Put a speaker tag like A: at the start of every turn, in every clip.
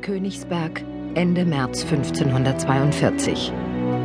A: Königsberg, Ende März 1542.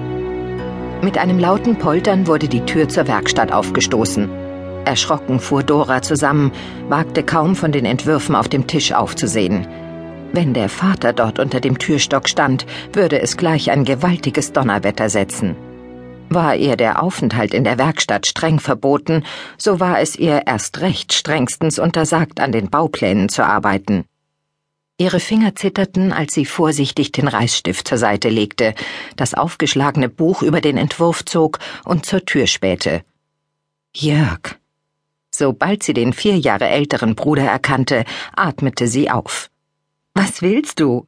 A: Mit einem lauten Poltern wurde die Tür zur Werkstatt aufgestoßen. Erschrocken fuhr Dora zusammen, wagte kaum von den Entwürfen auf dem Tisch aufzusehen. Wenn der Vater dort unter dem Türstock stand, würde es gleich ein gewaltiges Donnerwetter setzen. War ihr der Aufenthalt in der Werkstatt streng verboten, so war es ihr erst recht strengstens untersagt, an den Bauplänen zu arbeiten. Ihre Finger zitterten, als sie vorsichtig den Reißstift zur Seite legte, das aufgeschlagene Buch über den Entwurf zog und zur Tür spähte. Jörg. Sobald sie den 4 Jahre älteren Bruder erkannte, atmete sie auf. »Was willst du?«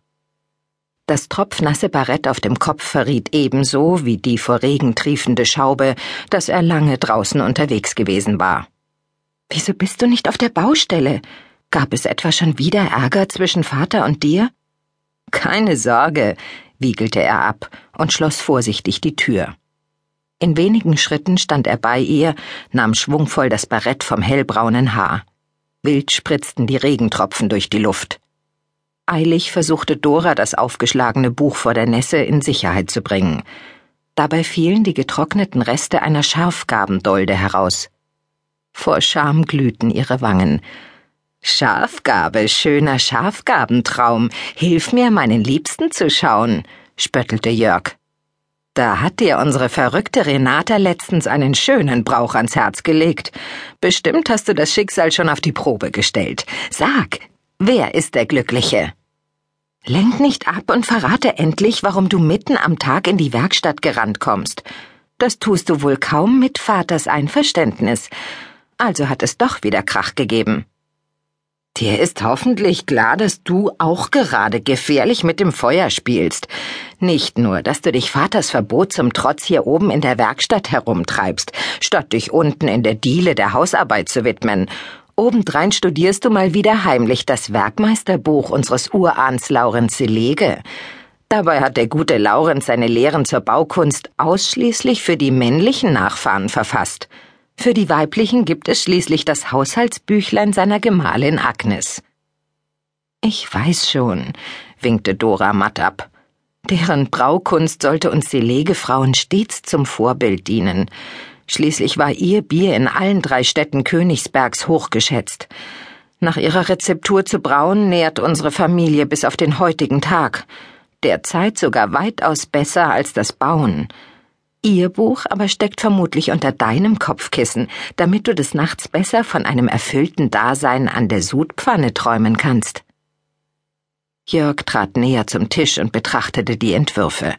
A: Das tropfnasse Barett auf dem Kopf verriet ebenso wie die vor Regen triefende Schaube, dass er lange draußen unterwegs gewesen war. »Wieso bist du nicht auf der Baustelle? Gab es etwa schon wieder Ärger zwischen Vater und dir?« »Keine Sorge«, wiegelte er ab und schloss vorsichtig die Tür. In wenigen Schritten stand er bei ihr, nahm schwungvoll das Barett vom hellbraunen Haar. Wild spritzten die Regentropfen durch die Luft. Eilig versuchte Dora, das aufgeschlagene Buch vor der Nässe in Sicherheit zu bringen. Dabei fielen die getrockneten Reste einer Schafgabendolde heraus. Vor Scham glühten ihre Wangen. »Schafgabe, schöner Schafgabentraum, hilf mir, meinen Liebsten zu schauen«, spöttelte Jörg. »Da hat dir unsere verrückte Renata letztens einen schönen Brauch ans Herz gelegt. Bestimmt hast du das Schicksal schon auf die Probe gestellt. Sag, wer ist der Glückliche?« »Lenk nicht ab und verrate endlich, warum du mitten am Tag in die Werkstatt gerannt kommst. Das tust du wohl kaum mit Vaters Einverständnis. Also hat es doch wieder Krach gegeben.« »Dir ist hoffentlich klar, dass du auch gerade gefährlich mit dem Feuer spielst. Nicht nur, dass du dich Vaters Verbot zum Trotz hier oben in der Werkstatt herumtreibst, statt dich unten in der Diele der Hausarbeit zu widmen. Obendrein studierst du mal wieder heimlich das Werkmeisterbuch unseres Urahns Laurenz Silege. Dabei hat der gute Laurenz seine Lehren zur Baukunst ausschließlich für die männlichen Nachfahren verfasst. Für die weiblichen gibt es schließlich das Haushaltsbüchlein seiner Gemahlin Agnes.« »Ich weiß schon«, winkte Dora matt ab. »Deren Braukunst sollte uns Silegefrauen stets zum Vorbild dienen. Schließlich war ihr Bier in allen 3 Städten Königsbergs hochgeschätzt. Nach ihrer Rezeptur zu brauen nährt unsere Familie bis auf den heutigen Tag. Derzeit sogar weitaus besser als das Bauen. Ihr Buch aber steckt vermutlich unter deinem Kopfkissen, damit du des Nachts besser von einem erfüllten Dasein an der Sudpfanne träumen kannst.« Jörg trat näher zum Tisch und betrachtete die Entwürfe.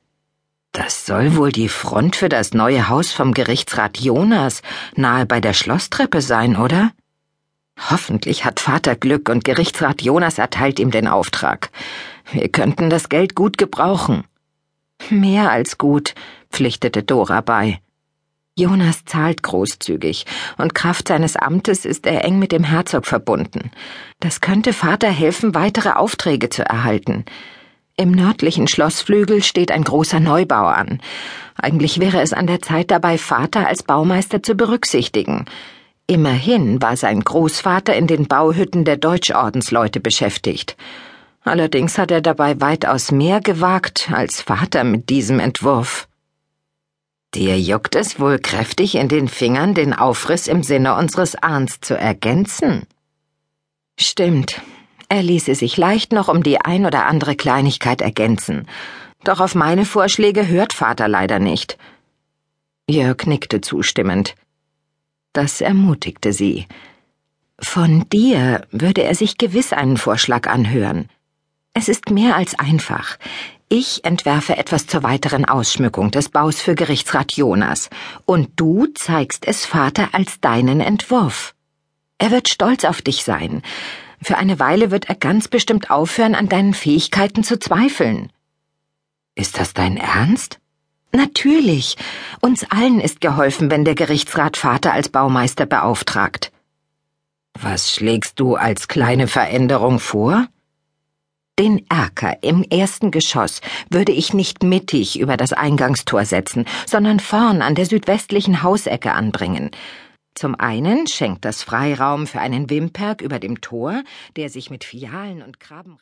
A: »Das soll wohl die Front für das neue Haus vom Gerichtsrat Jonas nahe bei der Schlosstreppe sein, oder? Hoffentlich hat Vater Glück und Gerichtsrat Jonas erteilt ihm den Auftrag. Wir könnten das Geld gut gebrauchen.« »Mehr als gut«, pflichtete Dora bei. »Jonas zahlt großzügig, und Kraft seines Amtes ist er eng mit dem Herzog verbunden. Das könnte Vater helfen, weitere Aufträge zu erhalten. Im nördlichen Schlossflügel steht ein großer Neubau an. Eigentlich wäre es an der Zeit dabei, Vater als Baumeister zu berücksichtigen. Immerhin war sein Großvater in den Bauhütten der Deutschordensleute beschäftigt. Allerdings hat er dabei weitaus mehr gewagt als Vater mit diesem Entwurf.« »Dir juckt es wohl kräftig in den Fingern, den Aufriss im Sinne unseres Ahns zu ergänzen?« »Stimmt. Er ließe sich leicht noch um die ein oder andere Kleinigkeit ergänzen. Doch auf meine Vorschläge hört Vater leider nicht.« Jörg nickte zustimmend. Das ermutigte sie. Von dir würde er sich gewiss einen Vorschlag anhören. Es ist mehr als einfach. Ich entwerfe etwas zur weiteren Ausschmückung des Baus für Gerichtsrat Jonas, und du zeigst es Vater als deinen Entwurf. Er wird stolz auf dich sein. Für eine Weile wird er ganz bestimmt aufhören, an deinen Fähigkeiten zu zweifeln.« »Ist das dein Ernst?« »Natürlich. Uns allen ist geholfen, wenn der Gerichtsrat Vater als Baumeister beauftragt.« »Was schlägst du als kleine Veränderung vor?« »Den Erker im 1. Geschoss würde ich nicht mittig über das Eingangstor setzen, sondern vorn an der südwestlichen Hausecke anbringen. Zum einen schenkt das Freiraum für einen Wimperg über dem Tor, der sich mit Fialen und Graben